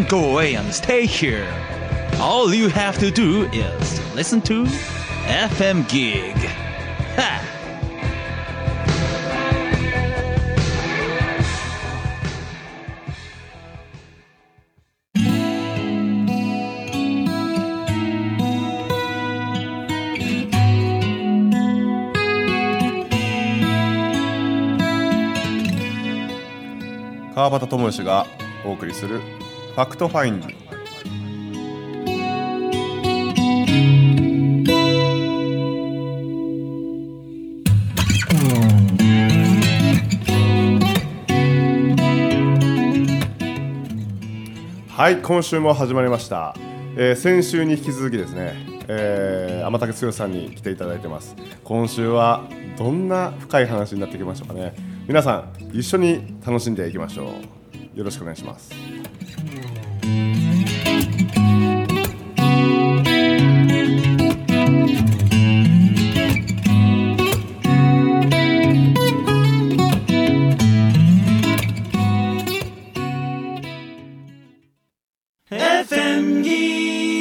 Don't go away and stay here. All you have to do is listen to FM Gig. Ha! 川端智義がお送りするファクトファインディング。はい、今週も始まりました。先週に引き続きですね、天竹剛さんに来ていただいてます。今週はどんな深い話になってきましたかね。皆さん一緒に楽しんでいきましょう。よろしくお願いします。 FM Gig。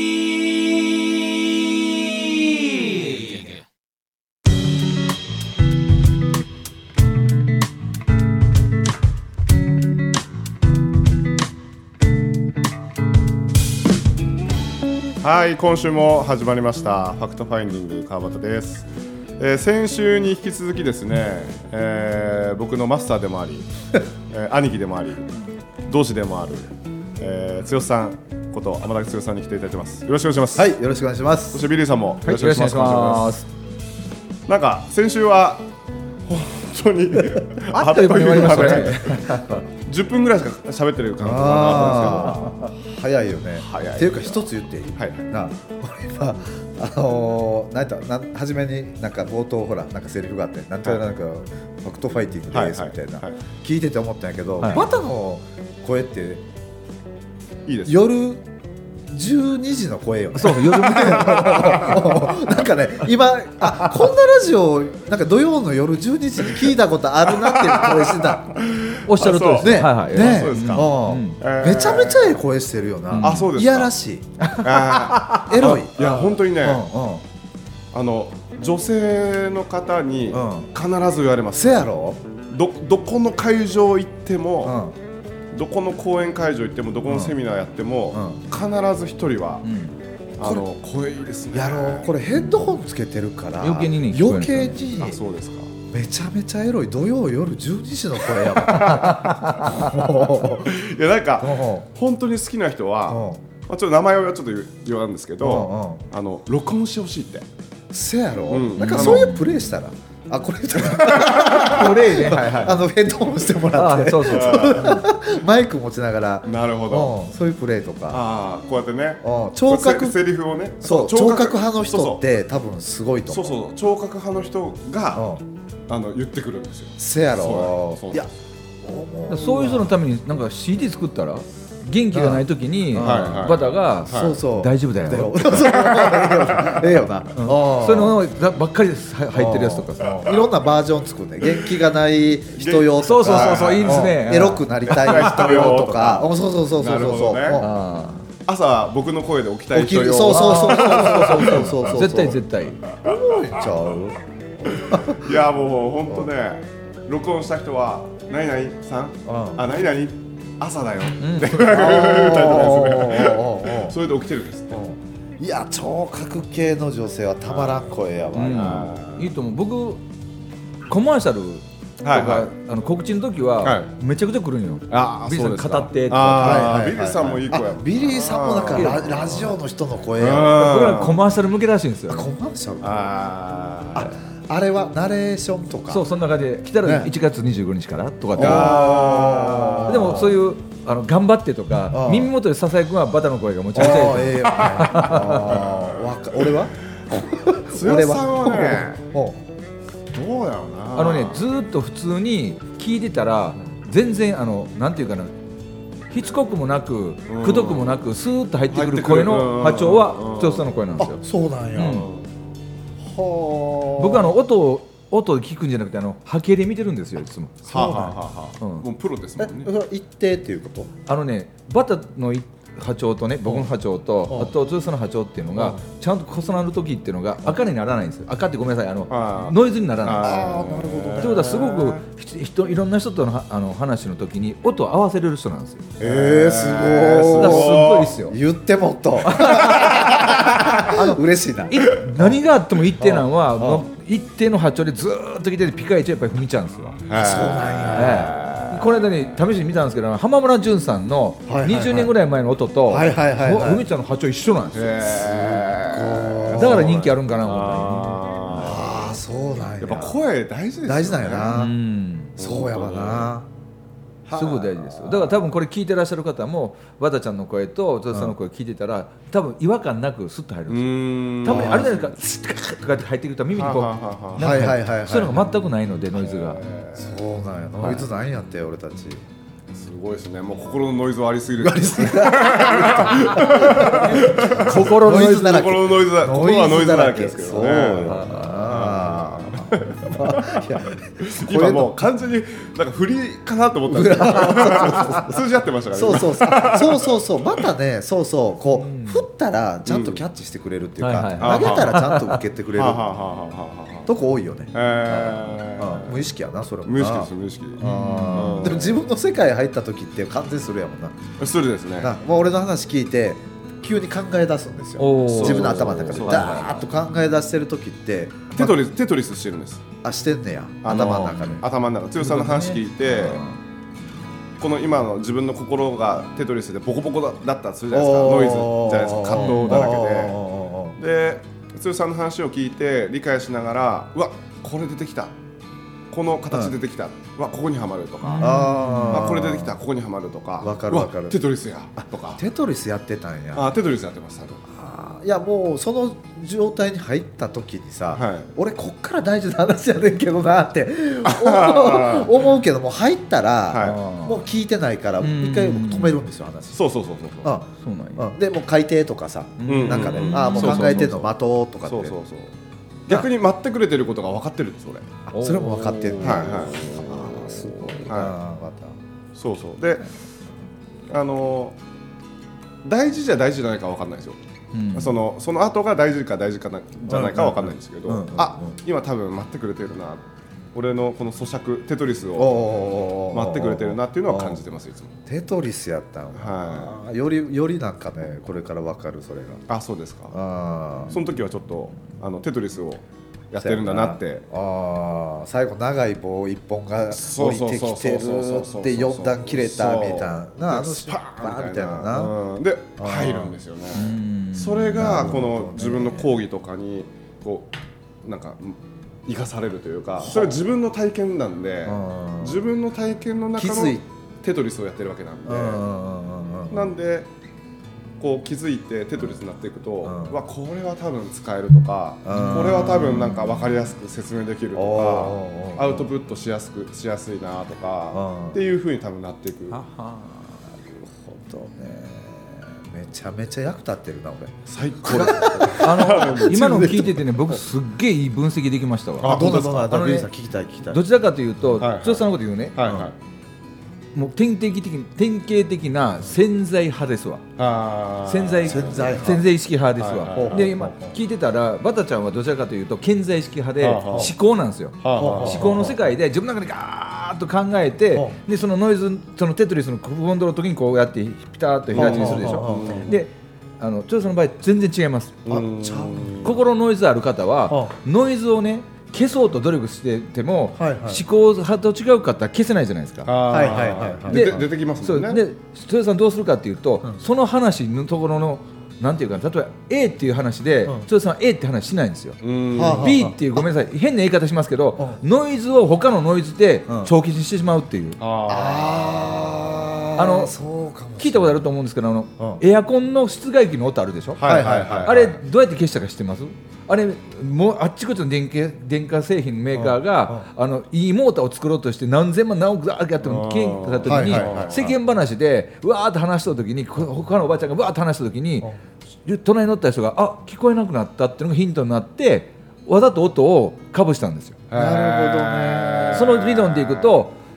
はい、今週も始まりましたファクトファインディング川端です。先週に引き続きですね、僕のマスターでもあり、兄貴でもあり同志でもある、剛さんこと天竹剛さんに来ていただいてます。よろしくお願いします。 はい、よろしくお願いします。 そしてビリーさんもよろしくお願いします。 ます。 なんか先週は本当にあっという間に終わりましたね。 10分ぐらいしか喋ってる感じがなかったんですけど、 早いよね。 早い。 っていうか一つ言っていい？ はい。 な、俺は初めになんか冒頭ほらなんかセリフがあって、なんとなくファクトファイティングですみたいな、聞いてて思ったんやけど、バタの声っていいです。 夜12時の声よね。 そう夜みたいな。 なんかね、今こんなラジオなんか土曜の夜12時に聞いたことあるなっていう声してた。 おっしゃるとりですね。 はいはい。 そうですか。 めちゃめちゃいい声してるよな。 あ、そうですか。 いやらしい。エロい。 いや本当にね、女性の方に必ず言われます。 せやろ。 どこの会場行っても。どこの講演会場行ってもどこのセミナーやっても、必ず一人は、声いいですね。 やろう。これヘッドホンつけてるから余計にあ、 そうですか。 めちゃめちゃエロい。土曜夜12時の声やもん。いやなんか本当に好きな人は、ちょっと名前はちょっと言わんですけど、録音してほしいって。 せやろ。なんかそういうプレイしたら。あ、これプレイね。ヘッドホンしてもらって、マイク持ちながら、 なるほど、 そういうプレイとか、 こうやってね、 聴覚セリフをね、 そう聴覚派の人って多分すごいと思う。 そう聴覚派の人が言ってくるんですよ。 せやろ。いや、 そういう人のためになんか CD 作ったら。元気がないときにバタが大丈夫だよ。 ええよな。 そういうのばっかり入ってるやつとかさ、 いろんなバージョン作るね。元気がない人用とか、そういいですね。 エロくなりたい人用とか、そう。 朝僕の声で起きたい人用。 そう。 絶対。覚えちゃう。 いやもう本当ね、録音した人は何々さん、何々。朝だよってそれで起きてるんですって。 いや、聴覚系の女性はたまらん声やわ。 いいと思う。僕コマーシャルとか告知の時はめちゃくちゃ来るんよ。ビリーさん語ってとか。 ビリーさんもいい声や。 ビリーさんもなんかラジオの人の声や。 これはコマーシャル向けらしいんですよ。 コマーシャル。あれはナレーションとか。 そんな感じで来たら1月25日からとかって。でもそういう頑張ってとか耳元でささやくのはバタの声がもちろんいい。 俺は剛さんはね、どうやろうな。 ずっと普通に聞いてたら全然なんていうかな、しつこくもなくくどくもなくスーッと入ってくる声の波長は剛さんの声なんですよ。 そうなんや。 僕音で聞くんじゃなくて波形で見てるんですよいつも。 もうプロですもんね。 一定っていうこと？ バタの波長とね、僕の波長と、あと剛さんの波長っていうのがちゃんと重なる時っていうのが赤にならないんですよ。赤ってごめんなさい、ノイズにならないんですよ。 なるほど。 ということはすごくいろんな人との話の時に音を合わせれる人なんですよ。 すごい。 だからすごいですよ。 言ってもっと嬉しいな。 何があっても一定なのはもう一定の波長でずーっと来ててピカイチやっぱり踏みちゃうんですよ。 そうなんや。 この間に試しに見たんですけど、浜村淳さんの20年ぐらい前の音とふみちゃんの波長一緒なんですよ。だから人気あるんかなと思ったり。 ああ、そうなんや。 やっぱ声大事ですよね。 大事なんやな。そうやわな。 すごい大事ですよ。だから多分これ聞いてらっしゃる方も和田ちゃんの声とゾウさんの声聞いてたら多分違和感なくスッと入るんですよ。多分あれじゃないですか、スッとかって入ってくると耳にこうそういうのが全くないので、ノイズが。 そうなんや。ノイズないんやって俺たち。 すごいですね。もう心のノイズはありすぎる。 心のノイズだらけ。 心のノイズだ。心はノイズだらけですけどね。今もう完全になんか振りかなと思ったんですけど数字合ってましたからね。そうまたね、こう振ったらちゃんとキャッチしてくれるっていうか、投げたらちゃんと受けてくれるとこ多いよね。無意識やな、それも。 無意識です、無意識。でも自分の世界入った時って完全にそれやもんな。 それですね。 もう俺の話聞いて急に考え出すんですよ。自分の頭の中でダーッと考え出してる時ってテトリスしてるんです。 してんねや、頭の中で。 頭の中、剛さんの話聞いて、この今の自分の心がテトリスでボコボコだったとするじゃないですか。ノイズじゃないですか、葛藤だらけで。で、剛さんの話を聞いて理解しながら、うわ、これ出てきた、この形出てきた、うわ、ここにはまるとか、これ出てきた、ここにはまるとか、 わかるわかる、 テトリスやとか。 テトリスやってたんや。 テトリスやってます。 いや、もうその状態に入った時にさ、俺こっから大事な話やねんけどなって思うけども、入ったらもう聞いてないから一回止めるんですよ、話。 そうでもう海底とかさ、なんかね、もう考えてんの待とうとかって。 逆に待ってくれてることが分かってるんです、俺。 それも分かってるね。すごいな、また。そうで、大事じゃ大事じゃないか分かんないですよ。その後が大事か大事かじゃないか分かんないんですけど、今多分待ってくれてるな、俺のこの咀嚼テトリスを待ってくれてるなっていうのは感じてます、いつも。 テトリスやったん、よりなんかね、これから分かる、それが。 そうですか。その時はちょっとテトリスをやってるんだなって。 最後長い棒一本が降りてきてるって4段切れたみたいな、スパーンみたいななで入るんですよね。それがこの自分の講義とかにこうなんか生かされるというか、それは自分の体験なんで、自分の体験の中のテトリスをやってるわけなんでこう気づいてテトリスになっていくと、わ、これは多分使えるとか、これは多分なんか分かりやすく説明できるとか、アウトプットしやすいなとかっていう風に多分なっていく。 なるほどね。めちゃめちゃ役立ってるな、俺。 最高だ。 今の聞いててね、僕すっげえいい分析できましたわ。 どんな聞きたい。 どちらかというと、剛さんのこと言うね、もう典型的な潜在派ですわ。潜在意識派ですわ。で、今聞いてたらバタちゃんはどちらかというと顕在意識派で思考なんですよ。思考の世界で自分の中でガーッと考えて、でそのノイズ、そのテトリスのコントロールの時にこうやってピタッと平地にするでしょ。で、剛さんの場合全然違います。心ノイズある方はノイズをね消そうと努力してても、思考派と違う方は消せないじゃないですか。 出てきますもんね。 で、剛さんどうするかっていうと、その話のところのなんていうか、例えば A っていう話で剛さんは A って話しないんですよ。B っていう、ごめんなさい、変な言い方しますけど、ノイズを他のノイズで長期にしてしまうっていう。聞いたことあると思うんですけど、エアコンの室外機の音あるでしょ。あれどうやって消したか知ってます？あれもうあっちこっちの電化製品メーカーがいいモーターを作ろうとして何千万何億やっても消えた時に、世間話でわーって話した時に、他のおばちゃんがわーって話した時に、隣に乗った人が聞こえなくなったっていうのがヒントになって、わざと音をかぶしたんですよ。 なるほどね。 その理論でいくと、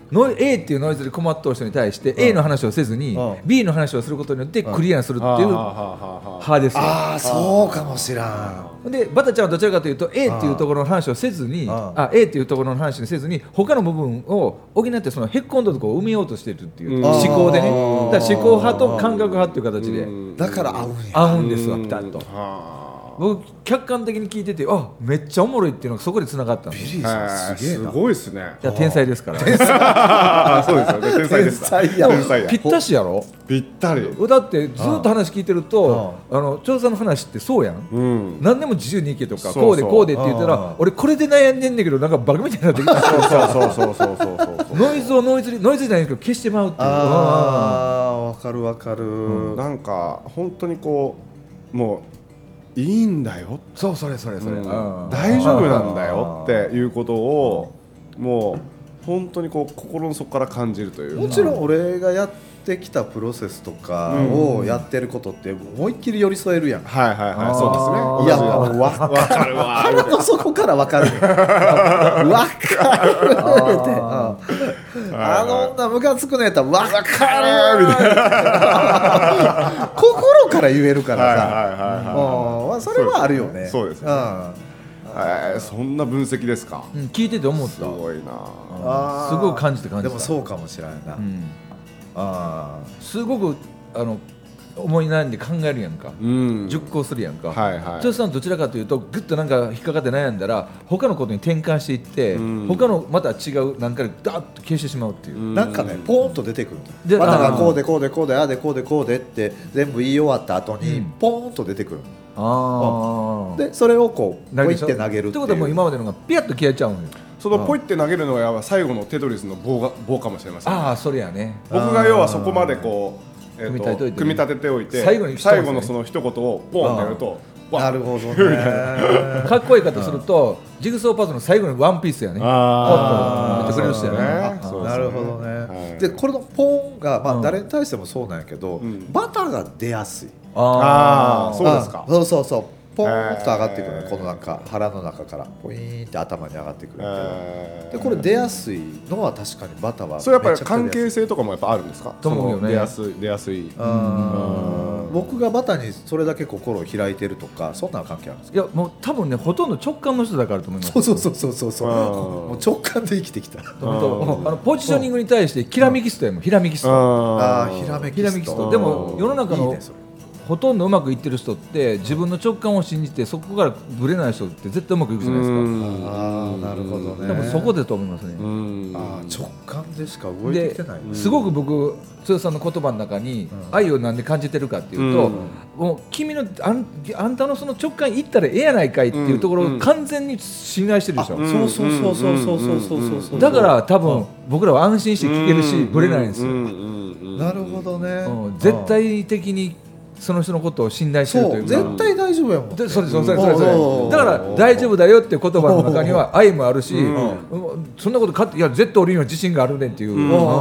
A っていうノイズで困った人に対して A の話をせずに B の話をすることによってクリアにするっていう派ですよ。 ああそうかもしらん。 でバタちゃんはどちらかというと A っていうところの話をせずにA っていうところの話にせずに他の部分を補ってそのへっこんだところを埋めようとしているっていう思考でね。だから思考派と感覚派っていう形でだから合うんですわピタッと。僕客観的に聞いててめっちゃおもろいっていうのがそこで繋がったんです。 ビリーさんすげえな。 すごいですね。 いや天才ですから。 そうですよね。天才です。 天才や。 ぴったしやろ。 ぴったり。 だってずっと話聞いてると調査の話ってそうやん。何でも自由にいけとかこうでこうでって言ったら俺これで悩んでんねんけどなんかバカみたいになってきた。 そうノイズをノイズじゃないですけど消してまうっていう。 わかるわかる。 なんか本当にこうもういいんだよ。 そうそれ、大丈夫なんだよっていうことをもう本当にこう心の底から感じるという。 もちろん俺がやってきたプロセスとかをやってることって思いっきり寄り添えるやん。 はいはいはい、そうですね。いやもう分かるわ。 腹の底から分かる。分かるってあの女ムカつくのやったら分かるみたいな心から言えるからさ。それはあるよね。 そうですね。そんな分析ですか。 聞いてて思った。すごいな。 すごい感じて感じた。 でもそうかもしれないな。 すごく思い悩んで考えるやんか、熟考するやんか。調査さんどちらかというとグッとなんか引っかかって悩んだら他のことに転換していって他のまた違うなんかでダーッと消してしまうっていう。 なんかねポーンと出てくるんだ。またがこうでこうでこうでああでこうでこうでって全部言い終わった後にポーンと出てくる。でそれをこうポイって投げるってことはもう今までのがピヤッと消えちゃうんよ。 そのポイって投げるのが最後のテトリスの棒かもしれません。 ああそれやね。 僕が要はそこまでこう組み立てておいて最後のその一言をポンってやるとなるほどね。 かっこいい方するとジグソーパズルの最後にワンピースやね。ポンとめっちゃくれる人やね。 なるほどね。でこれのポンが誰に対してもそうなんやけどバタが出やすい。 ああそうですか。 そうポーンと上がってくるね。この中腹の中からポイーンって頭に上がってくるけど、でこれ出やすいのは確かにバタはそれやっぱり関係性とかもやっぱあるんですか。 と思うよね。 出やすい。 僕がバタにそれだけ心を開いてるとかそんな関係あるんですか。 いやもう多分ねほとんど直感の人だからと思います。 そうもう直感で生きてきた。 ポジショニングに対してキラメキストやもん。ひらめきスト。ひらめきスト。でも世の中のほとんどうまくいってる人って自分の直感を信じてそこからぶれない人って絶対うまくいくじゃないですか。 なるほどね。 でもそこでと思いますね。 直感でしか動いてきてない。 すごく僕剛さんの言葉の中に愛をなんで感じてるかっていうと、もう君のあんたのその直感言ったらええやないかいっていうところを完全に信頼してるでしょ。そうだから多分僕らは安心して聞けるしぶれないんですよ。 なるほどね。 絶対的にその人のことを信頼してるというか、 絶対大丈夫やもん。 それだから大丈夫だよっていう言葉の中には愛もあるし、そんなこといや絶対俺には自信があるねっていう、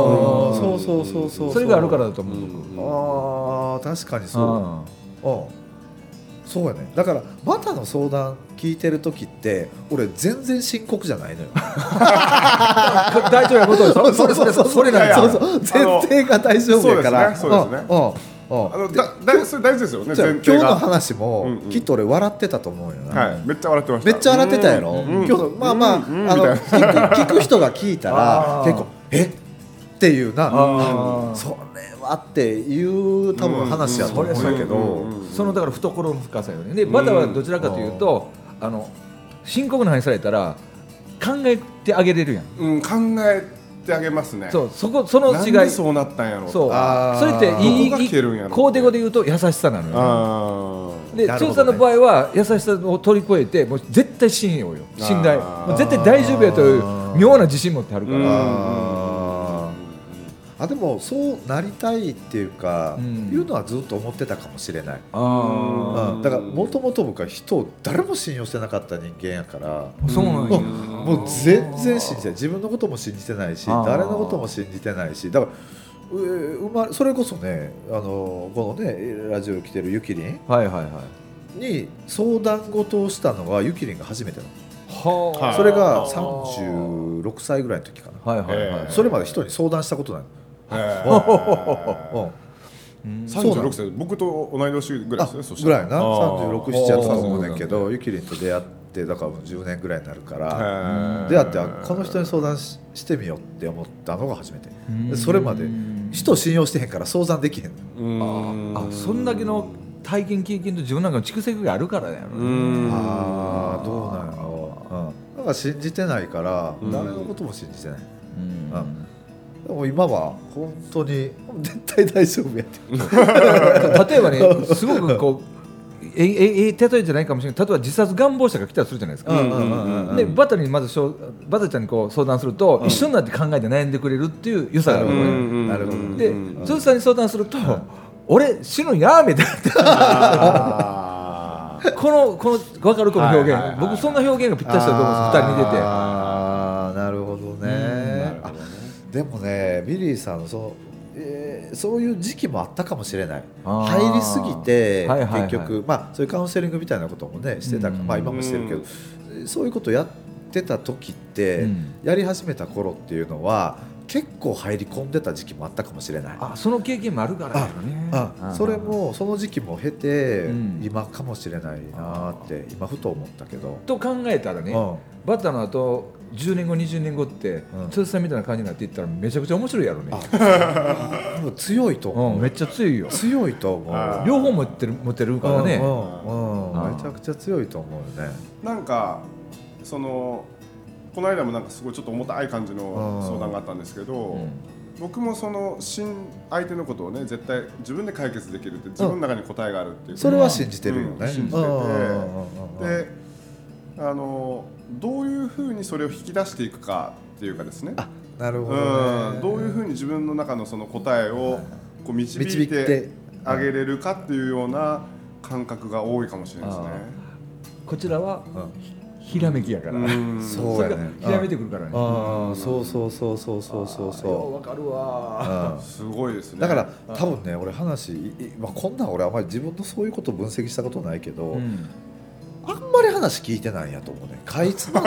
それがあるからだと思う。 確かにそうやね。だからバタの相談聞いてる時って俺全然深刻じゃないのよ。 大丈夫なことでしょ。それなんや。 前提が大丈夫やから。 そうですね。それ大事ですよね。 今日の話もきっと俺笑ってたと思うよな。 めっちゃ笑ってました。 めっちゃ笑ってたやろ。今日聞く人が聞いたら結構っていうな、それはっていう多分話やと思うんだけど、 そのだから懐の深さよね。でバタはどちらかというと深刻な話されたら考えてあげれるやん。 考えあげますね。 その違い。 なんでそうなったんやろ。 それってコーデ語で言うと優しさなのよ。で剛さんの場合は優しさを乗り越えてもう絶対信用よ。信頼。もう絶対大丈夫やという妙な自信持ってあるから。 でもそうなりたいっていうか、いうのはずっと思ってたかもしれない。だからもともと僕は人を誰も信用してなかった人間やから、 そうなんや。 もう全然信じてない。自分のことも信じてないし誰のことも信じてないし、だからそれこそねこのねラジオ来てるゆきりんに相談事をしたのはゆきりんが初めてなの。 それが36歳ぐらいの時かな、それまで人に相談したことない。 36歳、僕と同い年ぐらいですね。 ぐらいな、36、7やったと思うねんけど、ゆきりんと出会ってだから10年ぐらいになるから、出会ってこの人に相談してみようって思ったのが初めて。それまで人を信用してへんから相談できへん。 そんだけの体験経験と自分なんかの蓄積があるからだよね。 どうなんやろ。だから信じてないから誰のことも信じてない。でも今は本当に絶対大丈夫やって例えばね、すごくこう例えじゃないかもしれない。例えば自殺願望者が来たとするじゃないですか。でバタにまずバタちゃんにこう相談すると、一緒になって考えて悩んでくれるっていう良さがあるのね。 なるほど。 でつるさんに相談すると、俺死ぬやめたってこの分かるこの表現、僕そんな表現がぴったりしたと思うんです。2人見てて。 なるほどね。でもね、ビリーさんそういう時期もあったかもしれない。入りすぎて結局、そういうカウンセリングみたいなこともねしてたから、今もしてるけど、そういうことやってた時って、やり始めた頃っていうのは結構入り込んでた時期もあったかもしれない。 その経験もあるからね。 それもその時期も経て、今かもしれないなって今ふと思ったけど。 と考えたらね、バタの後10年後20年後ってつるさんみたいな感じになっていったらめちゃくちゃ面白いやろね。 強いと思う。 めっちゃ強いよ。 強いと思う。 両方持ってるからね。 めちゃくちゃ強いと思うね。 なんかこの間もなんかすごいちょっと重たい感じの相談があったんですけど、僕も相手のことをね絶対自分で解決できるって、自分の中に答えがあるっていう、 それは信じてるよね。 信じてて、でどういうふうにそれを引き出していくかっていうかですね。 なるほどね。 どういうふうに自分の中のその答えをこう導いてあげれるかっていうような感覚が多いかもしれないですね。 こちらはひらめきやから、 そうやね。 ひらめいてくるからね。 そうわかるわ。 すごいですね。 だから多分ね、俺こんなん俺あんまり自分のそういうことを分析したことないけど、あんまり話聞いてないんやと思うね。かいつま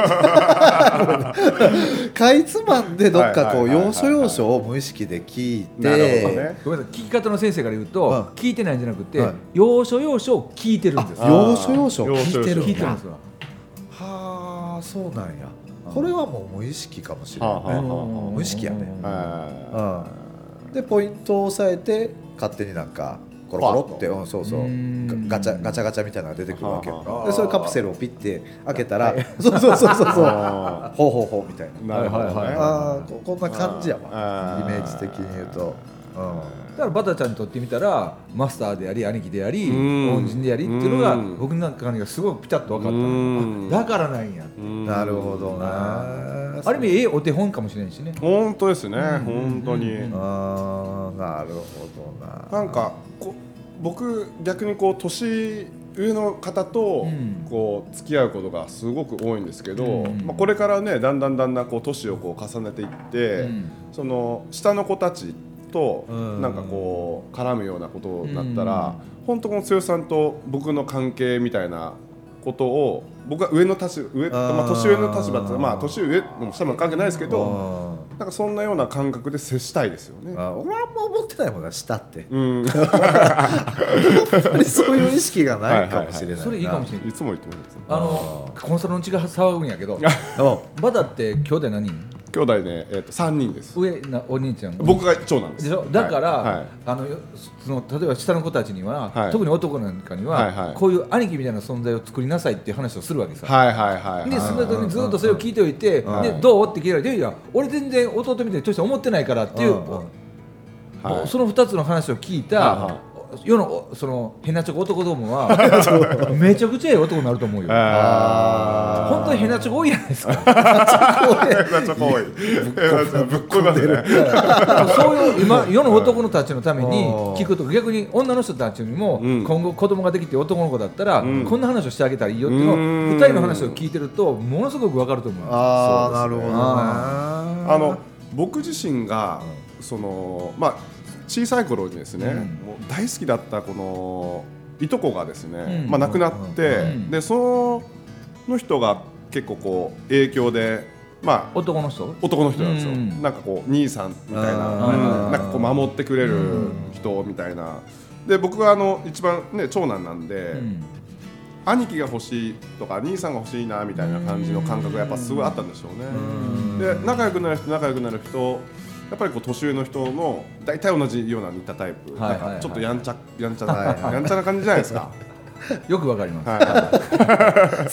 んでどっかこう要所要所を無意識で聞いて、 ごめんなさい、聞き方の先生から言うと、聞いてないんじゃなくて、要所要所を聞いてるんです。 要所要所聞いてるんだ。 聞いてるんですよ。 はあ、そうなんや。これはもう無意識かもしれないね。無意識やね。でポイントを押さえて勝手になんかコロコロって、そうそうガチャガチャみたいなのが出てくるわけよ。でそれカプセルをピッて開けたら、そうほうほうみたいな。こんな感じやわ、イメージ的に言うと。 だからバタちゃんにとってみたらマスターであり兄貴であり恩人でありっていうのが僕の中にすごくピタッと分かった。だからなんや。 なるほどな。 ある意味お手本かもしれないしね。 本当ですね、本当に。 なるほどな。 なんか僕逆にこう年上の方とこう付き合うことがすごく多いんですけど、これからねだんだんこう年をこう重ねていって、その下の子たちとなんかこう絡むようなことになったら、本当この剛さんと僕の関係みたいなことを、僕は年上の立場って、年上も下も関係ないですけど、なんかそんなような感覚で接したいですよね。 俺はあんま思ってないもんな、下って。そういう意識がないかもしれない。 それいいかもしれない。 いつも言ってます。 コンサルのうちが騒ぐんやけど、バタって兄弟何人？ 兄弟ね、3人です。 上なお兄ちゃん。 僕が長男です。 だから例えば下の子たちには、特に男なんかにはこういう兄貴みたいな存在を作りなさいっていう話をするわけさ。でその時にずっとそれを聞いておいて、でどうって聞いたら、いや俺全然弟みたいにとして思ってないからっていう、その2つの話を聞いた世のそのヘナチョコ男どもはめちゃくちゃいい男になると思うよ。本当にヘナチョコ多いじゃないですか。 ヘナチョコ多い。ぶっ込んでる。 そういう今世の男のたちのために聞くと、逆に女の人たちにも今後子供ができて男の子だったらこんな話をしてあげたらいいよっていうのを2人の話を聞いてるとものすごく分かると思う。 なるほどね。 僕自身がその小さい頃にですね、もう大好きだったこのいとこがですね、亡くなって、でその人が結構こう影響で、まあ、 男の人なんですよ、なんかこう兄さんみたいな、なんかこう守ってくれる人みたいな。で僕は一番ね長男なんで、兄貴が欲しいとか兄さんが欲しいなみたいな感じの感覚がやっぱすごいあったんでしょうね。で仲良くなる人やっぱりこう年上の人の大体同じような似たタイプ、なんかちょっとやんちゃな感じじゃないですか。 よくわかります。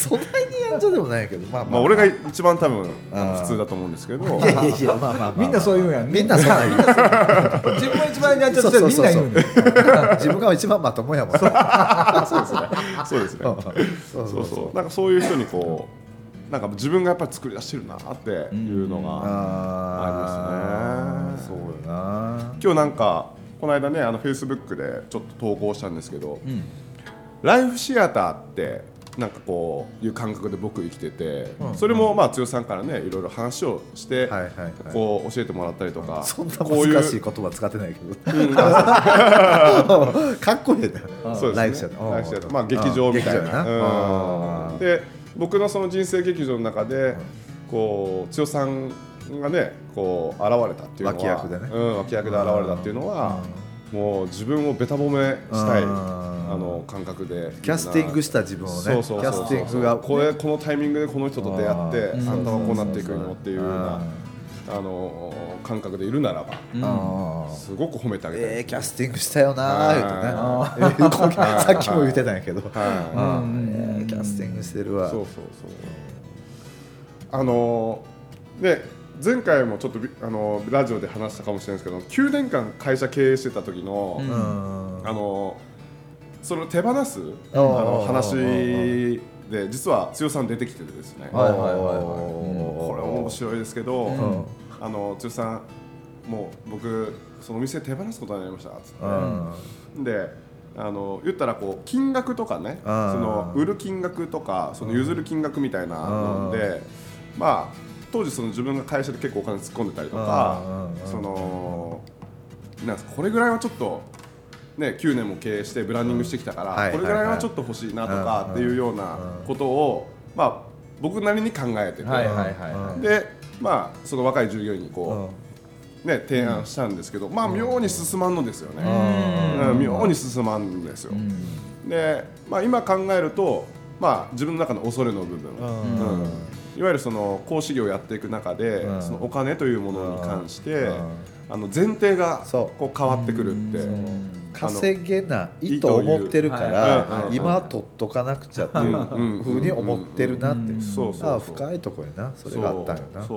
そんなにやんちゃでもないけど、 まあ俺が一番多分普通だと思うんですけど、 みんなそう言うんや。 みんなそう言う。 自分が一番やんちゃってみんな言うんや。 自分が一番まともやもん。 そうですね。そうなんかそういう人にこうなんか自分がやっぱり作り出してるなっていうのがありますね。 そうよな。 今日なんかこの間ねFacebook でちょっと投稿したんですけど、ライフシアターってなんかこういう感覚で僕生きてて、それもまあ剛さんからねいろいろ話をしてこう教えてもらったりとか、 そんな難しい言葉使ってないけど、かっこいいね。ライフシアター、 まあ劇場みたいな。で僕のその人生劇場の中でこう剛さんがねこう現れたっていうのは脇役でね、 脇役で現れたっていうのはもう自分をベタ褒めしたい感覚でキャスティングした自分をね、キャスティングがこのタイミングでこの人と出会ってあんたはこうなっていくのっていうような感覚でいるならばすごく褒めてあげたい。 キャスティングしたよなー言うとね、さっきも言ってたんやけど、キャスティングしてるわ。 で前回もちょっとラジオで話したかもしれないですけど、9年間会社経営してた時のその手放す話で実は剛さん出てきててですね、これ面白いですけど、剛さんもう僕そのお店手放すことになりましたっつって、で言ったらこう金額とかね、その売る金額とかその譲る金額みたいなので、まあ当時その自分が会社で結構お金突っ込んでたりとか、そのなんですか、これぐらいはちょっとね9年も経営してブランディングしてきたからこれぐらいはちょっと欲しいなとかっていうようなことをまあ僕なりに考えてて、でまあその若い従業員にこうね提案したんですけど、まあ妙に進まんのですよね。妙に進まんですよ。でまあ今考えるとまあ自分の中の恐れの部分、いわゆるその講師業をやっていく中で、そのお金というものに関して前提がこう変わってくるって、 稼げないと思ってるから今取っとかなくちゃっていうふうに思ってるなって、深いところやな、それがあったんよな。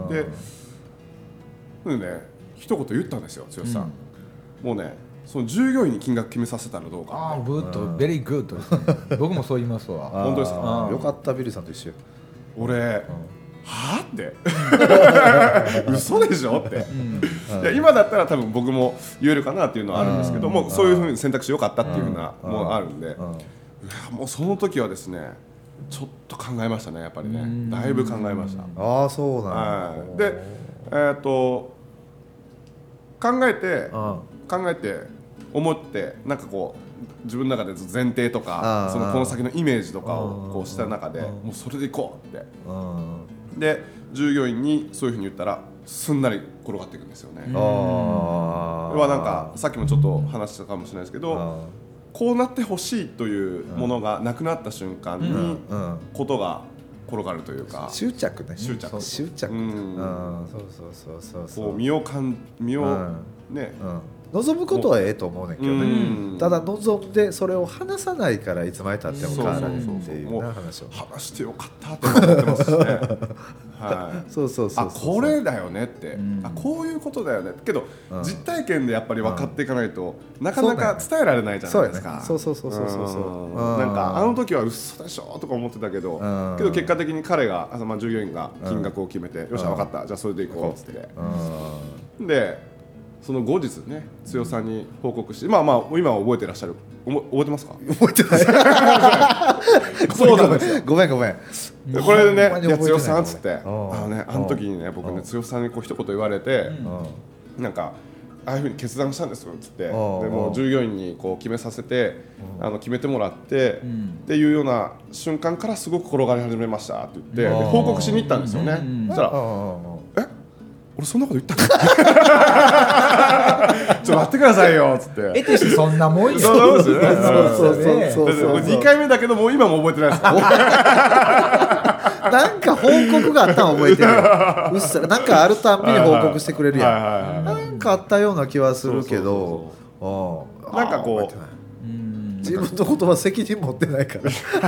でね一言言ったんですよ剛さん、もうねその従業員に金額決めさせたらどうか。 グッド、ベリーグッドですね。僕もそう言いますわ。 本当ですか。 よかった、ビリーさんと一緒。 俺、はぁって嘘でしょって、いや今だったら多分僕も言えるかなっていうのはあるんですけども、そういうふうに選択肢良かったっていうふうなものがあるんで、もうその時はですねちょっと考えましたね、やっぱりね、だいぶ考えました。 ああそうなんだ。 で考えて思ってなんかこう自分の中で前提とかそのこの先のイメージとかをこうした中でもうそれでいこうってで従業員にそういうふうに言ったらすんなり転がっていくんですよね。はなんかさっきもちょっと話したかもしれないですけど、こうなってほしいというものがなくなった瞬間にことが転がるというか、 執着ね。 執着。 そうこう身をね望むことはええと思うねんけどね。ただ望んでそれを話さないからいつまでたっても変わらないっていう話を話してよかったって思ってますしね。あ、これだよねって、こういうことだよねけど実体験でやっぱり分かっていかないとなかなか伝えられないじゃないですか。なんかあの時は嘘でしょとか思ってたけど結果的に彼が従業員が金額を決めてよっしゃ分かったじゃあそれでいこうっつってでその後日ね剛さんに報告して今は覚えてらっしゃる覚えてますか？ 覚えてないそうなんですよ。 ごめんこれでね「剛さん」っつってあの時にね僕ね剛さんにこう一言言われてなんかああいうふうに決断したんですよっつって、でもう従業員にこう決めさせて、決めてもらって、っていうような瞬間からすごく転がり始めましたって言って、で報告しに行ったんですよね。そしたら俺そんなこと言ったのちょっと待ってくださいよっつって。 得てしてそんなもんよ。 そう2回目だけどもう今も覚えてないですなんか報告があったの覚えてるよ。うっすらなんかあるたんびに報告してくれるやん。なんかあったような気はするけど、 なんかこう自分のことは責任持ってないから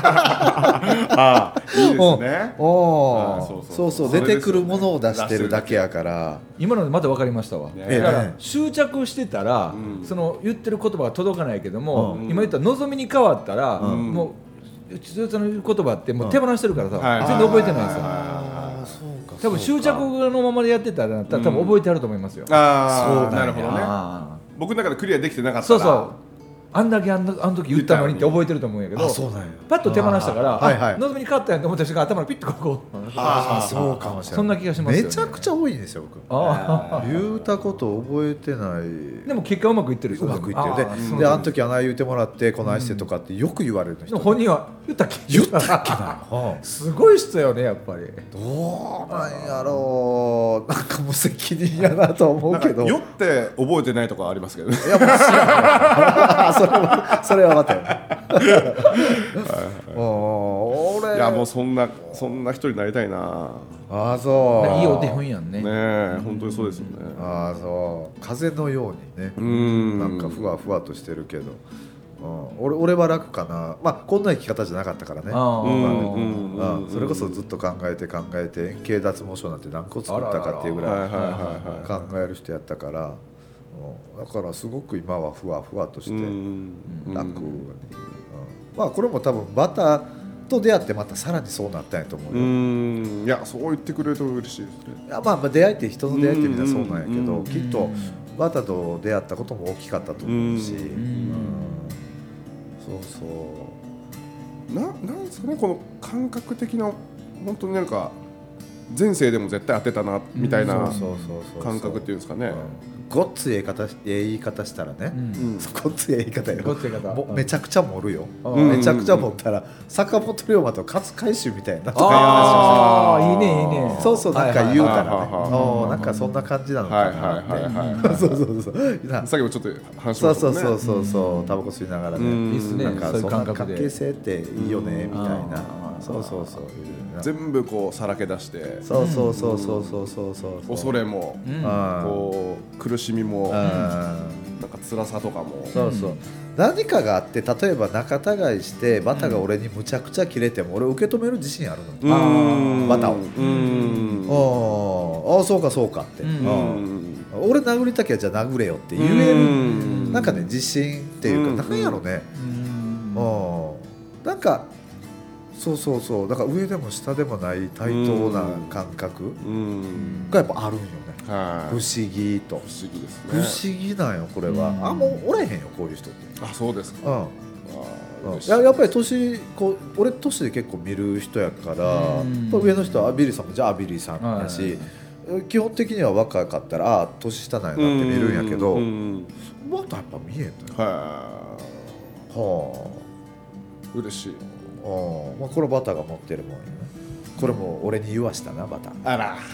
いいですね。 そう出てくるものを出してるだけやから。 今のでまた分かりましたわ。だから執着してたらその言ってる言葉が届かないけども、今言った望みに変わったらもうその言葉ってもう手放してるからさ、全然覚えてないんですよ。多分執着のままでやってたら多分覚えてあると思いますよ。 そうなるほどね。僕の中でクリアできてなかったら、そうあんだけあの時言ったのにって覚えてると思うんやけど、パッと手放したから望みに勝ったやんと思った瞬間頭のピッとこう、 そうかもしれない。 そんな気がしますよね。 めちゃくちゃ多いんですよ僕。言うたこと覚えてない。 でも結果うまくいってる。 うまくいってる。であの時あない言ってもらってこないしてとかってよく言われる人。 本人は言ったっけな。すごい人よねやっぱり。どうなんやろう。なんか無責任やなと思うけど。 酔って覚えてないとかありますけどね。 いやもう知らん。それは分かったよ。 いやもうそんな人になりたいな。 そういいお手本やんね。 本当にそうですよね。 そう風のようにね、なんかふわふわとしてるけど、俺は楽かな。まあこんな生き方じゃなかったからね。それこそずっと考えて円形脱毛症なんて何個作ったかっていうぐらい考える人やったから。だからすごく今はふわふわとして楽、まあこれも多分バターと出会ってまたさらにそうなったんやと思うよ。 いやそう言ってくれると嬉しいですね。 いやまあ出会いって人の出会いってみんなそうなんやけど、きっとバターと出会ったことも大きかったと思うし、 なんですかね、この感覚的な本当になんか前世でも絶対当てたなみたいな感覚っていうんですかね。 ごっつい言い方したらね、ごっつい言い方よ。めちゃくちゃ盛るよ。めちゃくちゃ盛ったら坂本龍馬と勝海舟みたいなとかいう話をして、いいね。そうなんか言うからね。なんかそんな感じなのかなって。そうさっきもちょっと話しましたね。 そうタバコ吸いながらね。なんかそんな関係性っていいよねみたいな。そう全部こうさらけ出して、 そう恐れもこう苦しみもなんか辛さとかも、何かがあって、例えば仲違いしてバタが俺にむちゃくちゃキレても俺受け止める自信あるの。バタをそうかって俺殴りたきゃじゃあ殴れよって言えるなんかね自信っていうかなんやろね。なんかそうだから上でも下でもない対等な感覚がやっぱあるんよね。不思議と。 不思議ですね。 不思議なんよこれは。もうおらへんよこういう人って。 そうですか。 やっぱり俺年で結構見る人やから上の人はビリーさんもじゃあビリーさんやし、基本的には若かったら年下なんやなって見るんやけど、またやっぱ見えんのよ。 嬉しい。 これバターが持ってるもんよね。これも俺に言わしたなバター。 あら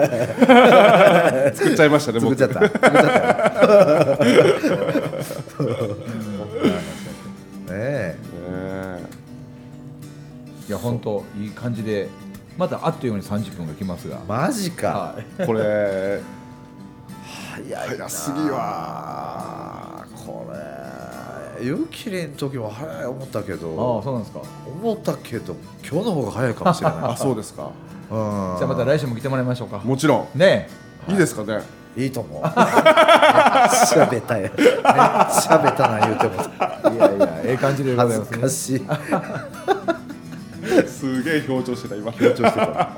作っちゃいましたね。 作っちゃったいや本当いい感じでまたあっという間に30分が来ますが。 マジか。 これ早すぎわ。これゆきりんの時も早い思ったけど。 そうなんですか。 思ったけど今日の方が早いかもしれない。 そうですか。 じゃあまた来週も来てもらいましょうか。 もちろんね。 いいですかね。 いいと思う。めっちゃベタや。めっちゃベタな言うても。 いやええ感じでございます。 恥ずかしい。 すげえ表情してた今。 表情してた。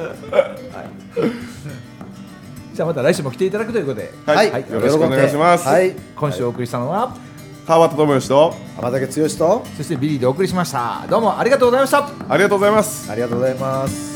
じゃあまた来週も来ていただくということで、 よろしくお願いします。 今週お送りしたのは川端智之と浜竹剛とそしてビリーでお送りしました。どうもありがとうございました。 ありがとうございます。 ありがとうございます。